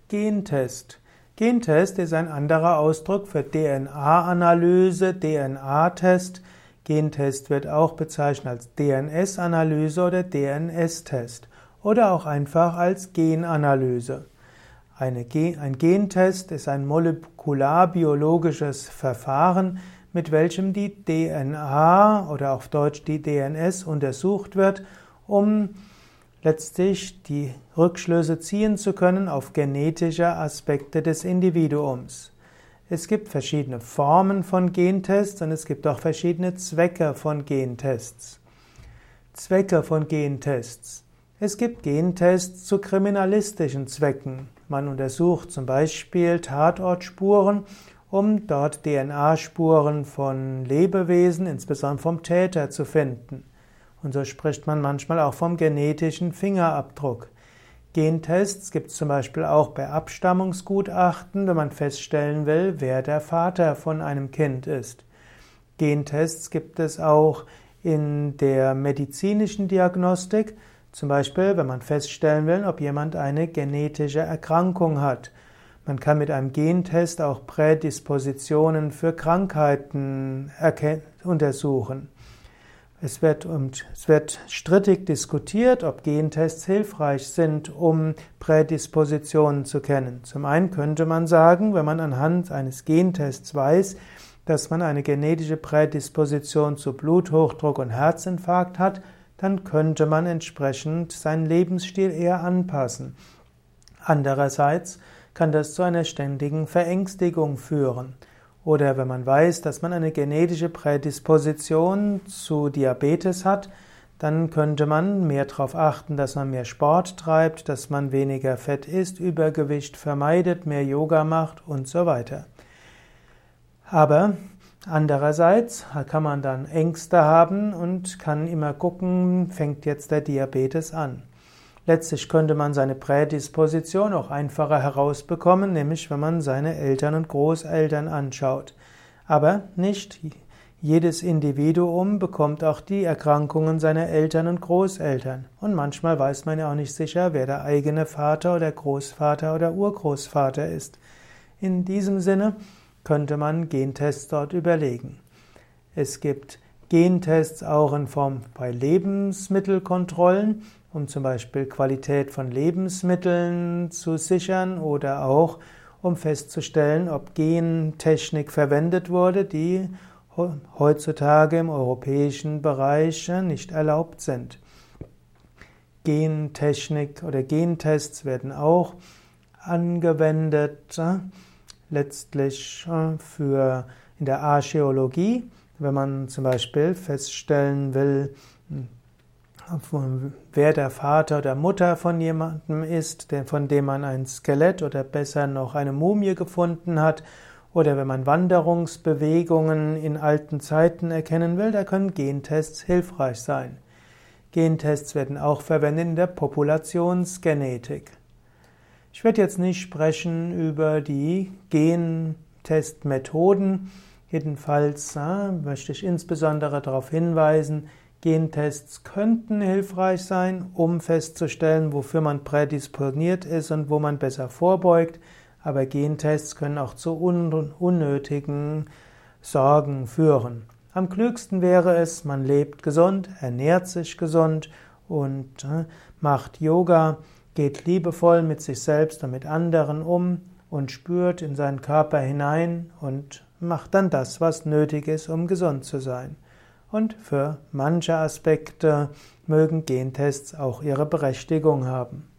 Gentest? Gentest ist ein anderer Ausdruck für DNA-Analyse, DNA-Test. Gentest wird auch bezeichnet als DNS-Analyse oder DNS-Test oder auch einfach als Genanalyse. Ein Gentest ist ein molekularbiologisches Verfahren, mit welchem die DNA oder auf Deutsch die DNS untersucht wird, um letztlich die Rückschlüsse ziehen zu können auf genetische Aspekte des Individuums. Es gibt verschiedene Formen von Gentests und es gibt auch verschiedene Zwecke von Gentests. Zwecke von Gentests. Es gibt Gentests zu kriminalistischen Zwecken. Man untersucht zum Beispiel Tatortspuren, um dort DNA-Spuren von Lebewesen, insbesondere vom Täter, zu finden. Und so spricht man manchmal auch vom genetischen Fingerabdruck. Gentests gibt es zum Beispiel auch bei Abstammungsgutachten, wenn man feststellen will, wer der Vater von einem Kind ist. Gentests gibt es auch in der medizinischen Diagnostik, zum Beispiel wenn man feststellen will, ob jemand eine genetische Erkrankung hat. Man kann mit einem Gentest auch Prädispositionen für Krankheiten untersuchen. Es wird strittig diskutiert, ob Gentests hilfreich sind, um Prädispositionen zu kennen. Zum einen könnte man sagen, wenn man anhand eines Gentests weiß, dass man eine genetische Prädisposition zu Bluthochdruck und Herzinfarkt hat, dann könnte man entsprechend seinen Lebensstil eher anpassen. Andererseits kann das zu einer ständigen Verängstigung führen. Oder wenn man weiß, dass man eine genetische Prädisposition zu Diabetes hat, dann könnte man mehr darauf achten, dass man mehr Sport treibt, dass man weniger Fett isst, Übergewicht vermeidet, mehr Yoga macht und so weiter. Aber andererseits kann man dann Ängste haben und kann immer gucken, fängt jetzt der Diabetes an. Letztlich könnte man seine Prädisposition auch einfacher herausbekommen, nämlich wenn man seine Eltern und Großeltern anschaut. Aber nicht jedes Individuum bekommt auch die Erkrankungen seiner Eltern und Großeltern. Und manchmal weiß man ja auch nicht sicher, wer der eigene Vater oder Großvater oder Urgroßvater ist. In diesem Sinne könnte man Gentests dort überlegen. Es gibt Gentests auch in Form bei Lebensmittelkontrollen, um zum Beispiel Qualität von Lebensmitteln zu sichern oder auch um festzustellen, ob Gentechnik verwendet wurde, die heutzutage im europäischen Bereich nicht erlaubt sind. Gentechnik oder Gentests werden auch angewendet, letztlich in der Archäologie, wenn man zum Beispiel feststellen will, wer der Vater oder Mutter von jemandem ist, von dem man ein Skelett oder besser noch eine Mumie gefunden hat, oder wenn man Wanderungsbewegungen in alten Zeiten erkennen will, da können Gentests hilfreich sein. Gentests werden auch verwendet in der Populationsgenetik. Ich werde jetzt nicht sprechen über die Gentestmethoden. Jedenfalls möchte ich insbesondere darauf hinweisen, Gentests könnten hilfreich sein, um festzustellen, wofür man prädisponiert ist und wo man besser vorbeugt, aber Gentests können auch zu unnötigen Sorgen führen. Am klügsten wäre es, man lebt gesund, ernährt sich gesund und macht Yoga, geht liebevoll mit sich selbst und mit anderen um und spürt in seinen Körper hinein und macht dann das, was nötig ist, um gesund zu sein. Und für manche Aspekte mögen Gentests auch ihre Berechtigung haben.